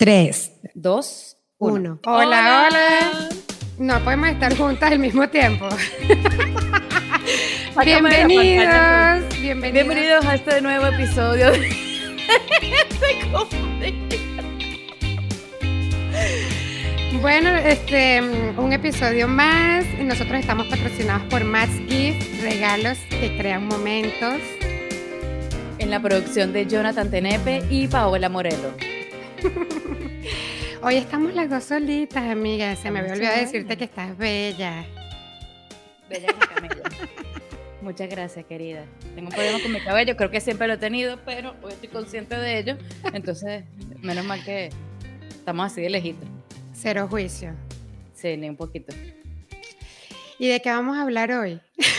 3, 2, 1. Hola, hola. No podemos estar juntas al mismo tiempo. Bienvenidos. Bienvenidos a este nuevo episodio de Bueno, un episodio más. Nosotros estamos patrocinados por Matt's Gift, regalos que crean momentos. En la producción de Jonathan Tenepe y Paola Morelo. Hoy estamos las dos solitas, amiga. Se me había olvidado decirte que estás bella. Bella como camella. Muchas gracias, querida. Tengo un problema con mi cabello, creo que siempre lo he tenido, pero hoy estoy consciente de ello. Entonces, menos mal que estamos así de lejitos. Cero juicio. Sí, ni un poquito. ¿Y de qué vamos a hablar hoy?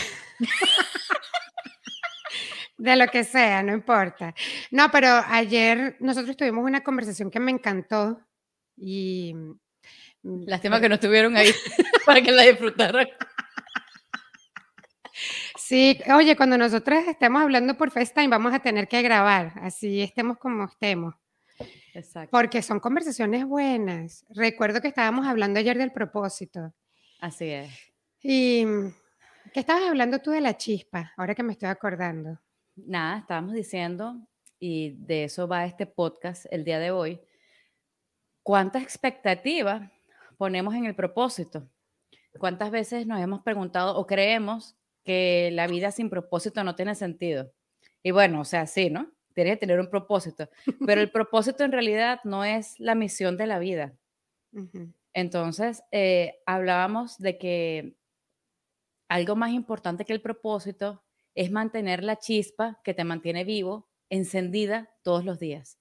De lo que sea, no importa. No, pero ayer nosotros tuvimos una conversación que me encantó y... Lástima que no estuvieron ahí para que la disfrutaran. Sí, oye, cuando nosotros estemos hablando por FaceTime vamos a tener que grabar, así estemos como estemos. Exacto. Porque son conversaciones buenas. Recuerdo que estábamos hablando ayer del propósito. Así es. Y ¿qué estabas hablando tú de la chispa? Ahora que me estoy acordando. Nada, estábamos diciendo, y de eso va este podcast el día de hoy, ¿cuántas expectativas ponemos en el propósito? ¿Cuántas veces nos hemos preguntado o creemos que la vida sin propósito no tiene sentido? Y bueno, o sea, sí, ¿no? Tienes que tener un propósito, pero el propósito en realidad no es la misión de la vida. Uh-huh. Entonces, hablábamos de que algo más importante que el propósito es mantener la chispa que te mantiene vivo, encendida todos los días.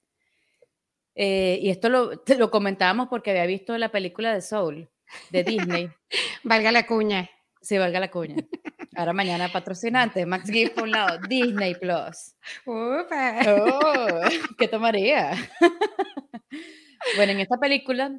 Y esto te lo comentábamos porque había visto la película de Soul, de Disney. Valga la cuña. Sí, valga la cuña. Ahora mañana patrocinante, Max Gift por un lado, Disney Plus. ¡Upa! Oh, ¿qué tomaría? Bueno, en esta película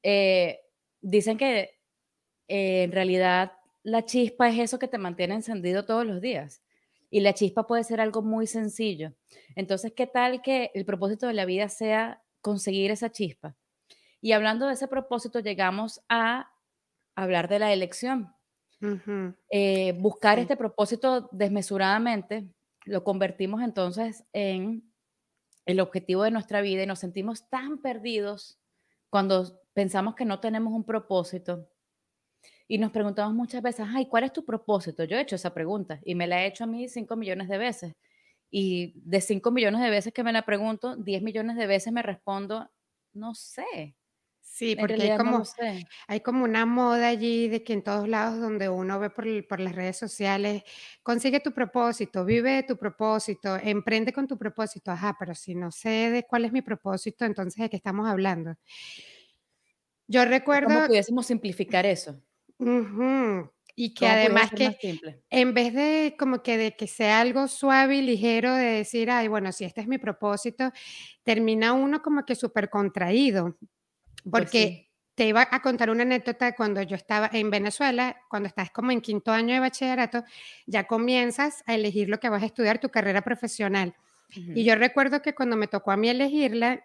dicen que en realidad la chispa es eso que te mantiene encendido todos los días. Y la chispa puede ser algo muy sencillo. Entonces, ¿qué tal que el propósito de la vida sea conseguir esa chispa? Y hablando de ese propósito, llegamos a hablar de la elección. Uh-huh. Buscar Sí. este propósito desmesuradamente lo convertimos entonces en el objetivo de nuestra vida y nos sentimos tan perdidos cuando pensamos que no tenemos un propósito y nos preguntamos muchas veces, ay, ¿cuál es tu propósito? Yo he hecho esa pregunta y me la he hecho a mí 5 millones de veces. Y de 5 millones de veces que me la pregunto, 10 millones de veces me respondo, no sé. Sí, En porque realidad no lo sé. hay como una moda allí de que en todos lados donde uno ve por las redes sociales, consigue tu propósito, vive de tu propósito, emprende con tu propósito. Ajá, pero si no sé de cuál es mi propósito, entonces ¿de qué estamos hablando? Yo ¿Cómo recuerdo, pudiésemos simplificar eso? ujú, y que ¿Cómo pudiese además ser que más simple? en vez de como que de que sea algo suave y ligero de decir, ay, bueno, si este es mi propósito, termina uno como que súper contraído. Pues sí. Porque te iba a contar una anécdota cuando yo estaba en Venezuela, cuando estás como en quinto año de bachillerato, ya comienzas a elegir lo que vas a estudiar, tu carrera profesional. Y Ujú. yo recuerdo que cuando me tocó a mí elegirla,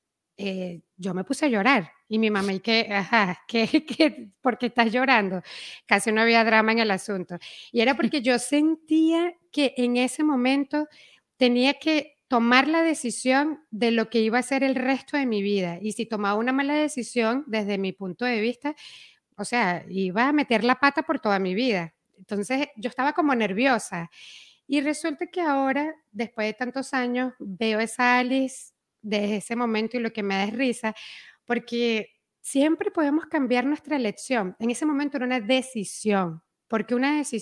yo me puse a llorar. Y mi mamá, y que, ajá, ¿por qué estás llorando? Casi no había drama en el asunto. Y era porque yo sentía que en ese momento tenía que tomar la decisión de lo que iba a ser el resto de mi vida. Y si tomaba una mala decisión, desde mi punto de vista, o sea, iba a meter la pata por toda mi vida. Entonces yo estaba como nerviosa. Y resulta que ahora, después de tantos años, veo esa Alice desde ese momento y lo que me da es risa, porque siempre podemos cambiar nuestra elección. En ese momento era una decisión, porque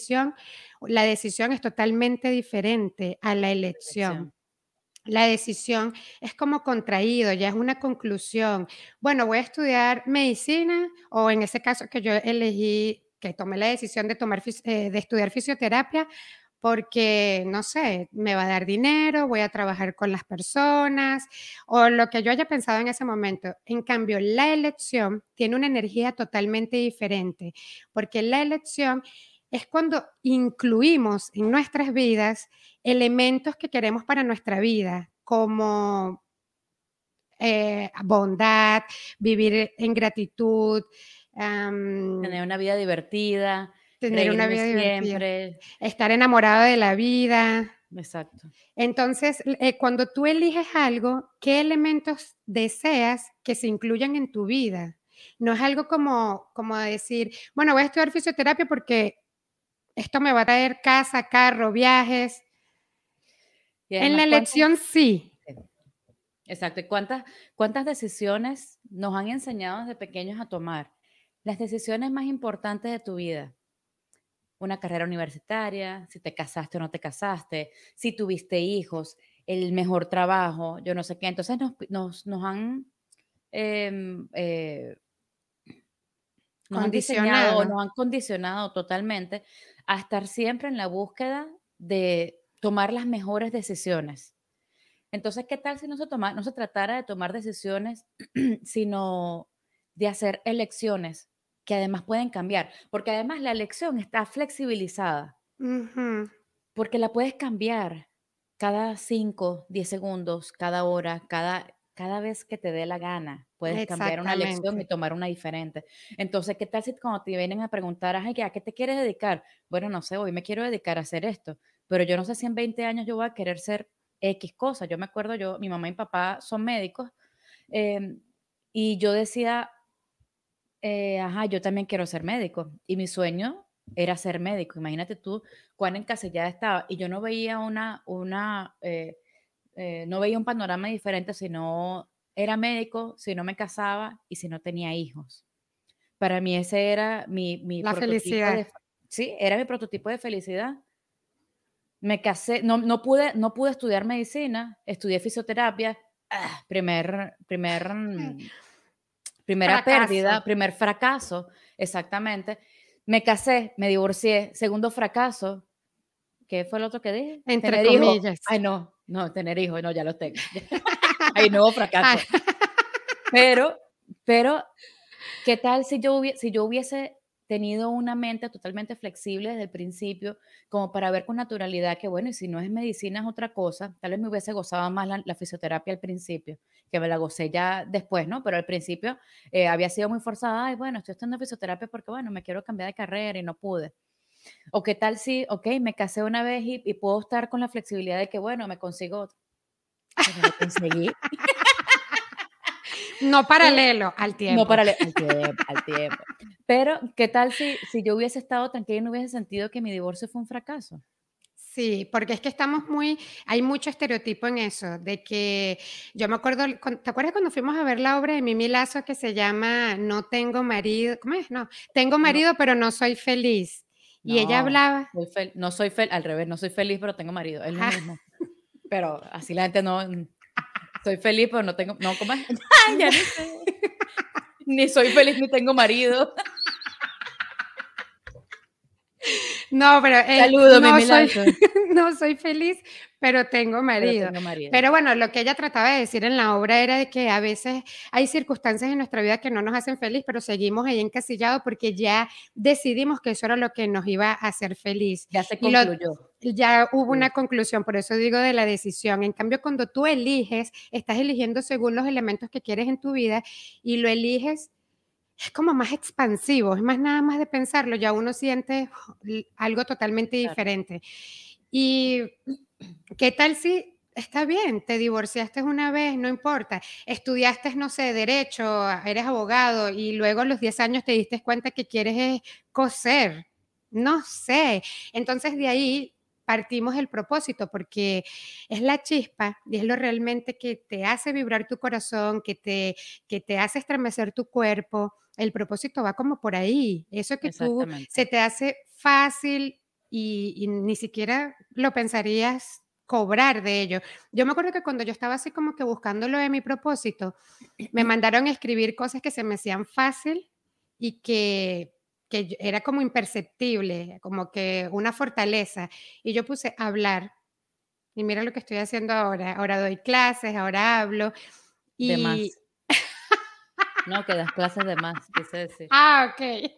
la decisión es totalmente diferente a la elección. Elección. La decisión es como contraído, ya es una conclusión. Bueno, voy a estudiar medicina o en ese caso que yo elegí, que tomé la decisión de, de estudiar fisioterapia porque, no sé, me va a dar dinero, voy a trabajar con las personas o lo que yo haya pensado en ese momento. En cambio, la elección tiene una energía totalmente diferente porque la elección es cuando incluimos en nuestras vidas elementos que queremos para nuestra vida, como bondad, vivir en gratitud, Tener una vida divertida, tener una reírme vida divertida, siempre. estar enamorado de la vida. Exacto. Entonces, cuando tú eliges algo, ¿qué elementos deseas que se incluyan en tu vida? No es algo como decir, bueno, voy a estudiar fisioterapia porque esto me va a traer casa, carro, viajes. Y En la además, elección sí. sí, exacto. ¿Y cuántas decisiones nos han enseñado desde pequeños a tomar? Las decisiones más importantes de tu vida. Una carrera universitaria, si te casaste o no te casaste, si tuviste hijos, el mejor trabajo, yo no sé qué. Entonces em, eh, nos han diseñado o Condicionado. nos han condicionado totalmente a estar siempre en la búsqueda de tomar las mejores decisiones. Entonces, ¿qué tal si no se tratara de tomar decisiones, sino de hacer elecciones que además pueden cambiar? Porque además la elección está flexibilizada, Ujú, porque la puedes cambiar cada 5, 10 segundos, cada hora, cada vez que te dé la gana. Puedes cambiar una elección y exactamente. tomar una diferente. Entonces, ¿qué tal si cuando te vienen a preguntar, ay, ¿a qué te quieres dedicar? Bueno, no sé, hoy me quiero dedicar a hacer esto, pero yo no sé si en 20 años yo voy a querer ser X cosa. Yo me acuerdo, mi mamá y mi papá son médicos, em, y yo decía, ajá, yo también quiero ser médico. Y mi sueño era ser médico. Imagínate tú cuán encasillada estaba. Y yo no veía no veía un panorama diferente si no era médico, si no me casaba y si no tenía hijos. Para mí ese era mi La prototipo felicidad. de, sí, era mi prototipo de felicidad. Me casé, no pude estudiar medicina, estudié fisioterapia. Primera Fracaso, pérdida, primer fracaso, exactamente. Me casé, me divorcié, segundo fracaso. ¿Qué fue lo otro que dije? entre Tener hijos. comillas. Ay, no, no, tener hijos, no, ya los tengo. Ay, nuevo Ah, fracaso. Pero, pero ¿qué tal si yo hubiese tenido una mente totalmente flexible desde el principio, como para ver con naturalidad que, bueno, y si no es medicina es otra cosa? Tal vez me hubiese gozado más la fisioterapia al principio, que me la gocé ya después, ¿no? Pero al principio había sido muy forzada, ay, bueno, estoy estudiando fisioterapia porque, bueno, me quiero cambiar de carrera y no pude. O qué tal si, ok, me casé una vez y puedo estar con la flexibilidad de que, bueno, me consigo otra. Y me lo conseguí. no Pero paralelo al no tiempo. para al tiempo. Pero, ¿qué tal si yo hubiese estado tranquila y no hubiese sentido que mi divorcio fue un fracaso? Sí, porque es que estamos hay mucho estereotipo en eso, de que yo me acuerdo, ¿te acuerdas cuando fuimos a ver la obra de Mimi Lazo que se llama No tengo marido? ¿Cómo es? No, tengo No, marido, pero no soy feliz. Y ella no, hablaba, no soy fel al revés, no soy feliz, pero tengo marido, es lo mismo. Pero así la gente no, soy feliz, pero no tengo, no, ¿cómo es? Ay, ya ni sé. Ni soy feliz ni tengo marido. no, pero Saludos, no Mimi soy, Lazo, no soy feliz, pero tengo pero marido. tengo marido. Pero bueno, lo que ella trataba de decir en la obra era de que a veces hay circunstancias en nuestra vida que no nos hacen feliz, pero seguimos ahí encasillados porque ya decidimos que eso era lo que nos iba a hacer feliz. Ya se Y lo, concluyó. ya hubo Sí, una conclusión, por eso digo de la decisión. En cambio, cuando tú eliges, estás eligiendo según los elementos que quieres en tu vida y lo eliges es como más expansivo, es más nada más de pensarlo, ya uno siente algo totalmente claro, diferente. ¿Y qué tal si está bien, te divorciaste una vez, no importa, estudiaste, no sé, derecho, eres abogado y luego a los 10 años te diste cuenta que quieres coser? No sé. Entonces de ahí partimos el propósito porque es la chispa y es lo realmente que te hace vibrar tu corazón, que te hace estremecer tu cuerpo. El propósito va como por ahí, eso que tú exactamente. se te hace fácil y ni siquiera lo pensarías cobrar de ello. Yo me acuerdo que cuando yo estaba así como que buscando lo de mi propósito, me mandaron a escribir cosas que se me hacían fácil y que era como imperceptible, como que una fortaleza. Y yo puse hablar. Y mira lo que estoy haciendo ahora. Ahora doy clases, ahora hablo. De Y, más. No, que das clases de más, quise decir. ok.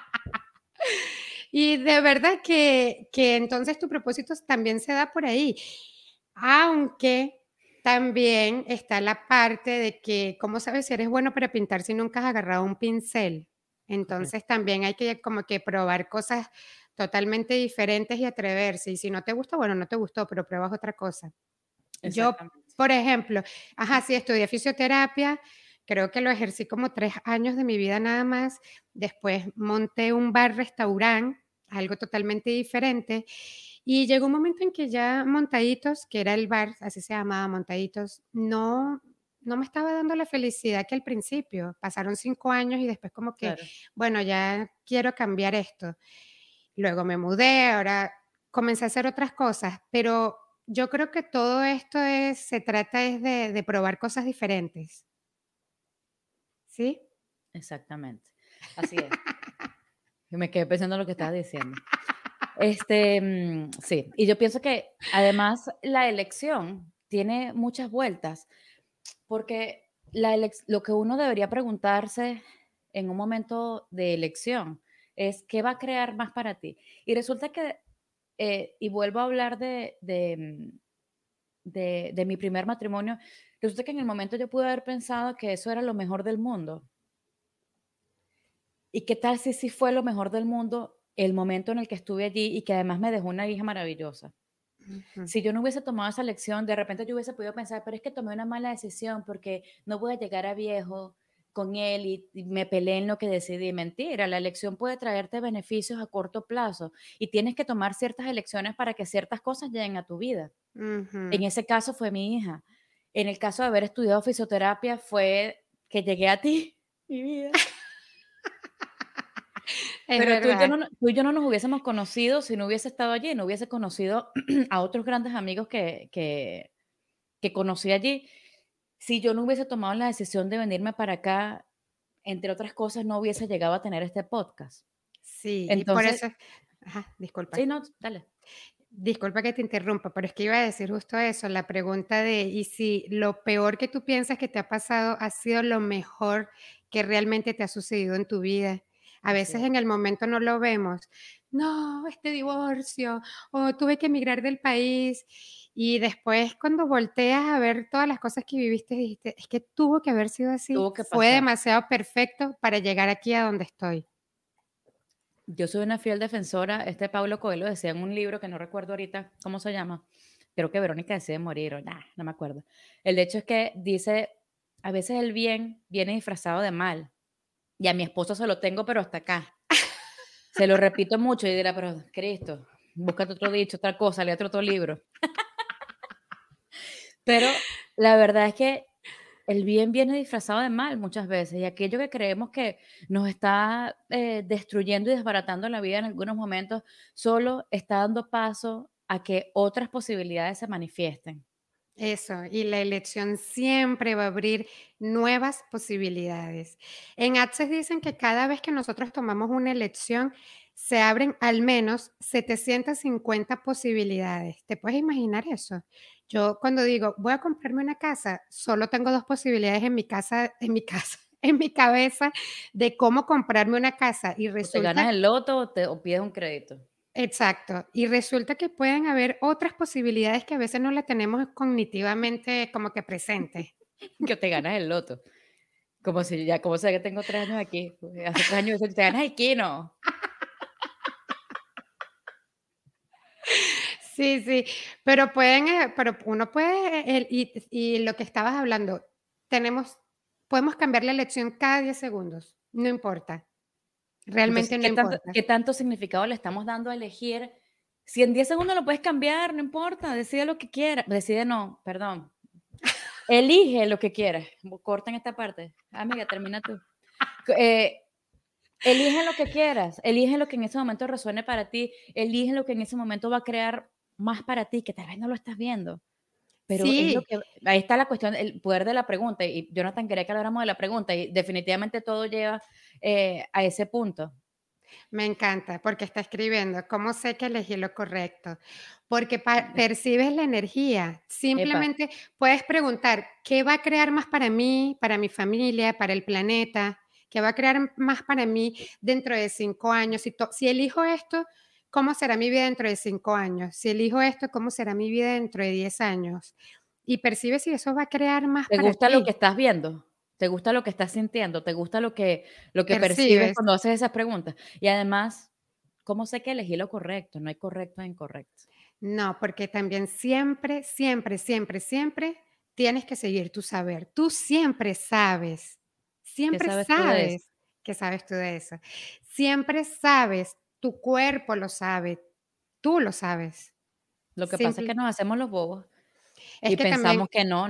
Y de verdad que entonces tu propósito también se da por ahí. Aunque También está la parte de que, ¿cómo sabes si eres bueno para pintar si nunca has agarrado un pincel? Correcto, Entonces, también hay que como que probar cosas totalmente diferentes y atreverse, y si no te gusta, bueno, no te gustó, pero pruebas otra cosa. Yo, exactamente. por ejemplo, sí, estudié fisioterapia, creo que lo ejercí como 3 años de mi vida nada más. Después monté un bar-restaurant, algo totalmente diferente, y llegó un momento en que ya Montaditos, que era el bar, así se llamaba, Montaditos, no me estaba dando la felicidad que al principio. Pasaron 5 años y después como que, Claro, bueno, ya quiero cambiar esto. Luego me mudé, ahora comencé a hacer otras cosas, pero yo creo que todo esto se trata es de probar cosas diferentes, ¿sí? exactamente. Así es. Y me quedé pensando en lo que estabas diciendo. Sí, y yo pienso que además la elección tiene muchas vueltas, porque lo que uno debería preguntarse en un momento de elección es, ¿qué va a crear más para ti? Y resulta que, y vuelvo a hablar de mi primer matrimonio, resulta que en el momento yo pude haber pensado que eso era lo mejor del mundo. ¿Y qué tal si sí fue lo mejor del mundo el momento en el que estuve allí y que además me dejó una hija maravillosa? Ujú, Si yo no hubiese tomado esa lección, de repente yo hubiese podido pensar, pero es que tomé una mala decisión porque no voy a llegar a viejo con él y me peleé en lo que decidí. Mentira, la elección puede traerte beneficios a corto plazo y tienes que tomar ciertas elecciones para que ciertas cosas lleguen a tu vida. En ujú. ese caso fue mi hija. En el caso de haber estudiado fisioterapia fue que llegué a ti, mi vida. Es Pero verdad. tú y yo no nos hubiésemos conocido si no hubiese estado allí, no hubiese conocido a otros grandes amigos que conocí allí. Si yo no hubiese tomado la decisión de venirme para acá, entre otras cosas, no hubiese llegado a tener este podcast. Sí, y por Entonces eso disculpa. sí, no, dale. Disculpa que te interrumpa, pero es que iba a decir justo eso, la pregunta de, ¿y si lo peor que tú piensas que te ha pasado ha sido lo mejor que realmente te ha sucedido en tu vida? A Así veces es. en el momento no lo vemos. No, este divorcio, o tuve que emigrar del país. Y después cuando volteas a ver todas las cosas que viviste, dijiste, es que tuvo que haber sido así. Tuvo que Fue pasar. demasiado perfecto para llegar aquí a donde estoy. Yo soy una fiel defensora, Paulo Coelho decía en un libro que no recuerdo ahorita cómo se llama, creo que Verónica decide morir o no me acuerdo. El hecho es que dice, a veces el bien viene disfrazado de mal y a mi esposo se lo tengo pero hasta acá. Se lo repito mucho y dirá, pero Cristo, búscate otro dicho, otra cosa, lee otro libro. Pero la verdad es que el bien viene disfrazado de mal muchas veces y aquello que creemos que nos está destruyendo y desbaratando la vida en algunos momentos, solo está dando paso a que otras posibilidades se manifiesten. Eso, y la elección siempre va a abrir nuevas posibilidades. En Access dicen que cada vez que nosotros tomamos una elección, se abren al menos 750 posibilidades. ¿Te puedes imaginar eso? Yo cuando digo, voy a comprarme una casa, solo tengo 2 posibilidades en mi cabeza de cómo comprarme una casa y O te ganas resulta. el loto o pides un crédito. Exacto, y resulta que pueden haber otras posibilidades que a veces no las tenemos cognitivamente como que presentes. Que te ganas el loto. Como si ya, como sé que tengo 3 años aquí. Hace 3 años que te ganas el Kino. Sí, sí, pero uno puede, y lo que estabas hablando, tenemos podemos cambiar la elección cada 10 segundos, no importa, Entonces, realmente no importa. qué tanto significado le estamos dando a elegir? Si en 10 segundos lo puedes cambiar, no importa, decide lo que quieras. Decide no, perdón. Elige lo que quieras. Corta en esta parte. Amiga, termina tú. Eh, elige lo que quieras, elige lo que en ese momento resuene para ti, elige lo que en ese momento va a crear más para ti, que tal vez no lo estás viendo. Pero es lo Sí, que ahí está la cuestión, el poder de la pregunta, y Jonathan quería que habláramos de la pregunta, y definitivamente todo lleva, a ese punto. me encanta, porque está escribiendo, ¿cómo sé que elegí lo correcto? Porque percibes la energía. Epa, Simplemente puedes preguntar, ¿qué va a crear más para mí, para mi familia, para el planeta? ¿Qué va a crear más para mí dentro de 5 años? Si elijo esto, ¿cómo será mi vida dentro de 5 años? Si elijo esto, ¿cómo será mi vida dentro de 10 años? y percibes si eso va a crear más ¿Te para gusta lo ti. que estás viendo? ¿Te gusta lo que estás sintiendo? ¿Te gusta lo que percibes Percibes. cuando haces esas preguntas? Y además, ¿cómo sé que elegí lo correcto? No hay correcto e incorrecto. No, porque también siempre, siempre, siempre, siempre tienes que seguir tu saber. Tú ¿Qué siempre sabes tú de eso? sabes que sabes tú de eso. Siempre sabes, tu cuerpo lo sabe, tú lo sabes. Lo que pasa es que Simple nos hacemos los bobos es y que también pensamos que no,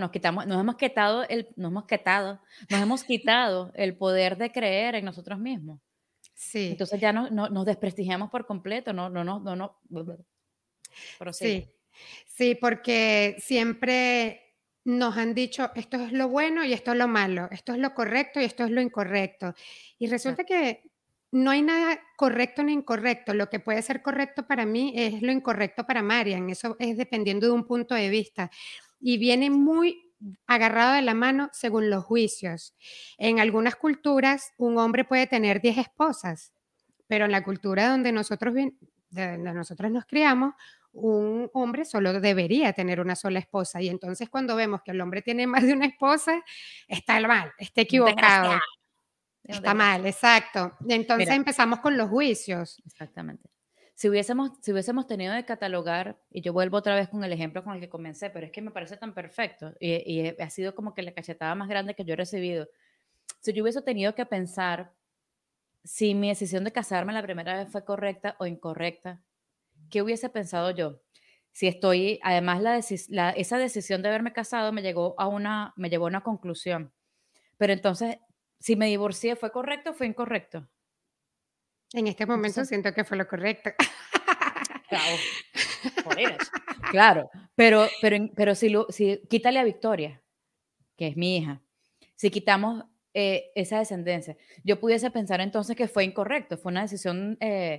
nos hemos quitado el poder de creer en nosotros mismos. sí, Entonces ya nos desprestigiamos por completo, no, prosigue. sí, sí, porque siempre nos han dicho: "Esto es lo bueno y esto es lo malo, esto es lo correcto y esto es lo incorrecto". Y resulta Exacto. que no hay nada correcto ni incorrecto. Lo que puede ser correcto para mí es lo incorrecto para Marian. Eso es dependiendo de un punto de vista. Y viene muy agarrado de la mano según los juicios. En algunas culturas, un hombre puede tener 10 esposas, pero en la cultura donde de donde nosotros nos criamos, un hombre solo debería tener una sola esposa. Y entonces cuando vemos que el hombre tiene más de una esposa, está mal, está Un desgraciado, equivocado. es un Está mal, desgraciado. exacto. Y entonces Mira, empezamos con los juicios. exactamente. Si hubiésemos tenido de catalogar, y yo vuelvo otra vez con el ejemplo con el que comencé, pero es que me parece tan perfecto y ha sido como que la cachetada más grande que yo he recibido. Si yo hubiese tenido que pensar si mi decisión de casarme la primera vez fue correcta o incorrecta, ¿qué hubiese pensado yo? Si estoy, además esa decisión de haberme casado me llevó a una conclusión. Pero entonces, si me divorcié, ¿fue correcto o fue incorrecto? En este momento Entonces, siento que fue lo correcto. claro, por eso. Claro, pero si quítale a Victoria, que es mi hija, si quitamos esa descendencia, yo pudiese pensar entonces que fue incorrecto, fue una decisión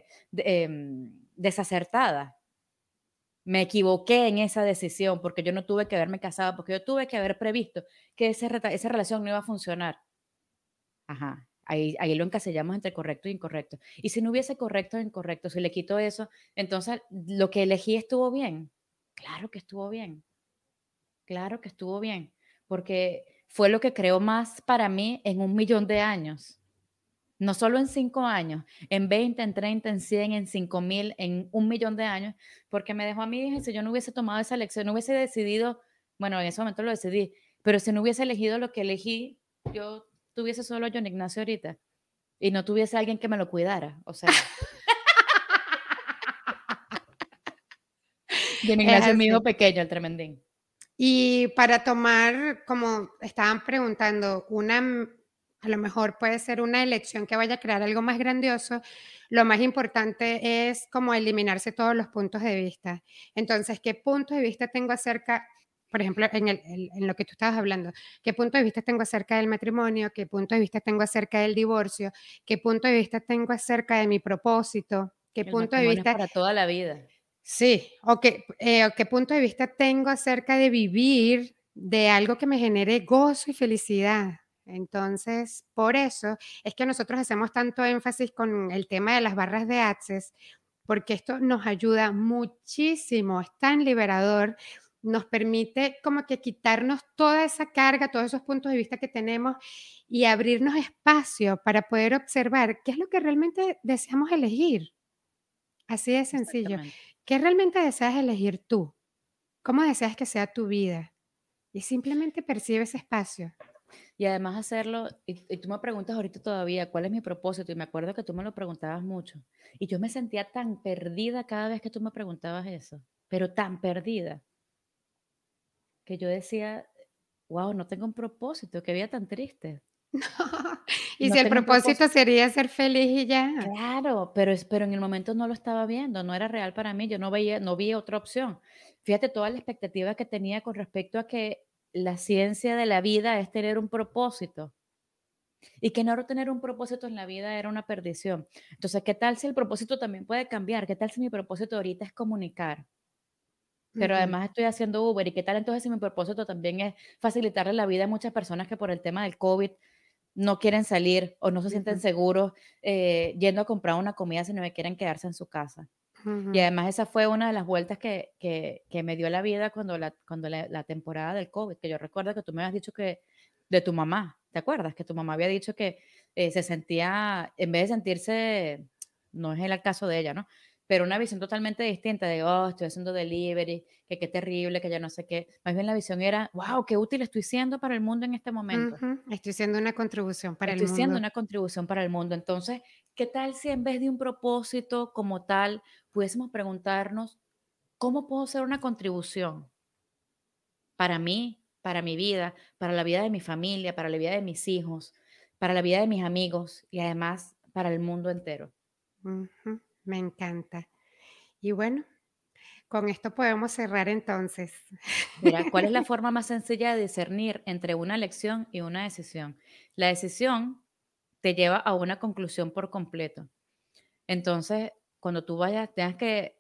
desacertada. Me equivoqué en esa decisión porque yo no tuve que haberme casado, porque yo tuve que haber previsto que esa relación no iba a funcionar. Ajá, ahí lo encasillamos entre correcto e incorrecto. Y si no hubiese correcto o incorrecto, si le quito eso, entonces, ¿lo que elegí estuvo bien? Claro que estuvo bien, claro que estuvo bien, porque fue lo que creó más para mí en 1.000.000 de años. No solo en 5 años, en 20, en 30, en 100, en 5.000, en 1.000.000 de años, porque me dejó a mí, dije, si yo no hubiese tomado esa elección, no hubiese decidido, bueno, en ese momento lo decidí, pero si no hubiese elegido lo que elegí, yo tuviese solo a John Ignacio ahorita y no tuviese a alguien que me lo cuidara, o sea, John Es Ignacio es mi hijo así. pequeño, el tremendín. Y para tomar, como estaban preguntando, a lo mejor puede ser una elección que vaya a crear algo más grandioso, lo más importante es como eliminarse todos los puntos de vista. Entonces, ¿qué punto de vista tengo acerca, por ejemplo, en lo que tú estabas hablando, qué punto de vista tengo acerca del matrimonio, qué punto de vista tengo acerca del divorcio, qué punto de vista tengo acerca de mi propósito, qué El punto de matrimonio es vista. para toda la vida. Sí, o qué punto de vista tengo acerca de vivir de algo que me genere gozo y felicidad. Entonces, por eso es que nosotros hacemos tanto énfasis con el tema de las barras de Access, porque esto nos ayuda muchísimo, es tan liberador, nos permite como que quitarnos toda esa carga, todos esos puntos de vista que tenemos y abrirnos espacio para poder observar qué es lo que realmente deseamos elegir. Así de sencillo. Exactamente. ¿Qué realmente deseas elegir tú? ¿Cómo deseas que sea tu vida? Y simplemente percibe ese espacio. Y además hacerlo, y tú me preguntas ahorita todavía cuál es mi propósito, y me acuerdo que tú me lo preguntabas mucho, y yo me sentía tan perdida cada vez que tú me preguntabas eso, pero tan perdida, que yo decía, wow, no tengo un propósito, qué vida tan triste, Y no si el tengo un propósito propósito. sería ser feliz y ya. Claro, pero en el momento no lo estaba viendo, no era real para mí, yo no vi otra opción. Fíjate toda la expectativa que tenía con respecto a que la ciencia de la vida es tener un propósito. Y que no tener un propósito en la vida era una perdición. Entonces, ¿qué tal si el propósito también puede cambiar? ¿Qué tal si mi propósito ahorita es comunicar? Pero Ujú, además estoy haciendo Uber. ¿Y qué tal entonces si mi propósito también es facilitarle la vida a muchas personas que por el tema del COVID no quieren salir o no se sienten ujú. seguros yendo a comprar una comida, sino que quieren quedarse en su casa? Y además esa fue una de las vueltas que me dio la vida cuando la temporada del COVID, que yo recuerdo que tú me habías dicho que de tu mamá, ¿te acuerdas? Que tu mamá había dicho que se sentía, en vez de sentirse, no es el caso de ella, ¿no? Pero una visión totalmente distinta de, oh, estoy haciendo delivery, que qué terrible, que ya no sé qué. Más bien la visión era, wow, qué útil estoy siendo para el mundo en este momento. Estoy haciendo una contribución para el Estoy siendo mundo. una contribución para el mundo. Entonces, ¿qué tal si en vez de un propósito como tal, pudiésemos preguntarnos, ¿cómo puedo hacer una contribución para mí, para mi vida, para la vida de mi familia, para la vida de mis hijos, para la vida de mis amigos y además para el mundo entero? Me encanta. Y bueno, con esto podemos cerrar entonces. Mira, ¿cuál es la forma más sencilla de discernir entre una elección y una decisión? La decisión te lleva a una conclusión por completo. Entonces, cuando tú tengas que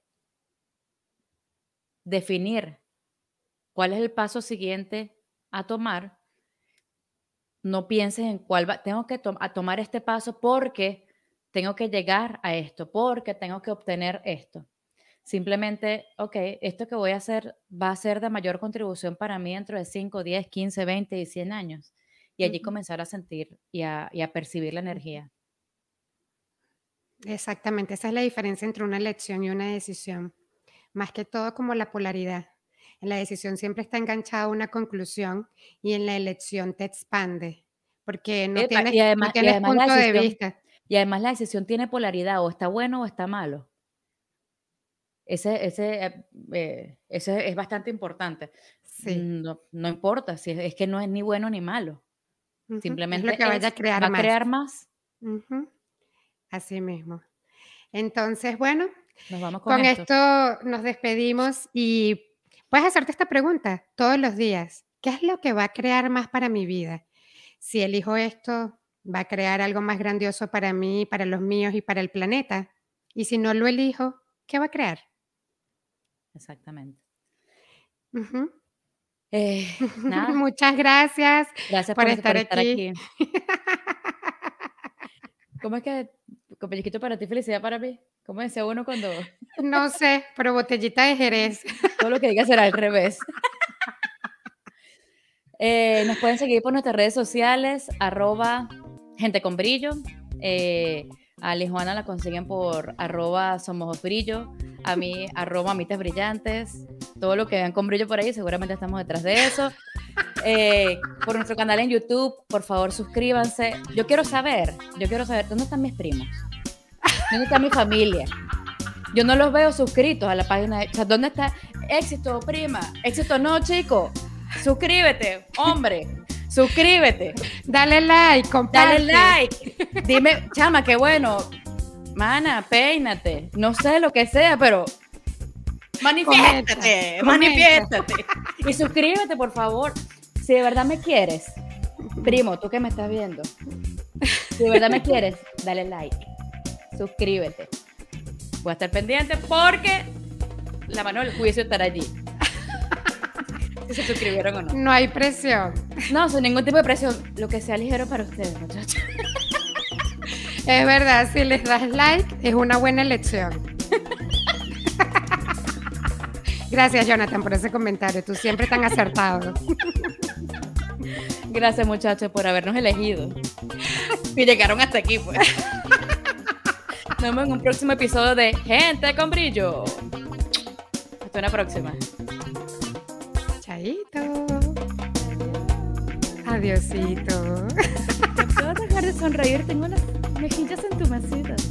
definir cuál es el paso siguiente a tomar, no pienses en tengo que tomar este paso porque tengo que llegar a esto, porque tengo que obtener esto. Simplemente, ok, esto que voy a hacer va a ser de mayor contribución para mí dentro de 5, 10, 15, 20 y 100 años. Y allí comenzar a sentir y a percibir la energía. Exactamente, esa es la diferencia entre una elección y una decisión. Más que todo como la polaridad. En la decisión siempre está enganchada a una conclusión y en la elección te expande, porque no Epa, tienes, y no además, y tienes además la punto de decisión, vista. y además la decisión tiene polaridad, o está bueno o está malo. Ese es bastante importante. Sí. No importa, si es que no es ni bueno ni malo. Es lo Simplemente que vaya a crear va a más. crear más. Así mismo. Entonces, bueno, Nos vamos con esto nos despedimos y puedes hacerte esta pregunta todos los días. ¿Qué es lo que va a crear más para mi vida? Si elijo esto, ¿va a crear algo más grandioso para mí, para los míos y para el planeta? Y si no lo elijo, ¿qué va a crear? Exactamente. Ujú. Nada. Muchas gracias Gracias por por estar estar aquí. aquí. ¿Cómo es que con pellizquito para ti, felicidad para mí? ¿Cómo decía uno cuando No sé, pero botellita de Jerez. todo lo que diga será al revés? Nos pueden seguir por nuestras redes sociales, @genteconbrillo. A Lijuana la consiguen por @somosbrillo. A mí, @mitesbrillantes. Todo lo que vean con brillo por ahí, seguramente estamos detrás de eso. Por nuestro canal en YouTube, por favor, suscríbanse. Yo quiero saber, ¿dónde están mis primos? ¿Dónde está mi familia? Yo no los veo suscritos a la página. O sea, ¿dónde está? Éxito, prima. Éxito no, chico. Suscríbete, hombre. Suscríbete. Dale like, comparte. Dale like. Dime, chama, qué bueno. Mana, peínate. No sé lo que sea, pero manifiéstate. Manifiéstate. Y suscríbete, por favor. Si de verdad me quieres, primo, tú que me estás viendo. Si de verdad me quieres, dale like. Suscríbete. Voy a estar pendiente porque la mano del juicio estará allí. Si se suscribieron o no. No hay presión. No, sin ningún tipo de presión. Lo que sea ligero para ustedes, muchachos. Es verdad, si les das like, es una buena elección. Gracias, Jonathan, por ese comentario. Tú siempre tan acertado. Gracias, muchachos, por habernos elegido. Y llegaron hasta aquí, pues. Nos vemos en un próximo episodio de Gente con Brillo. Hasta una próxima. Chaito. Adiosito. No puedo dejar de sonreír. Tengo las mejillas entumecidas.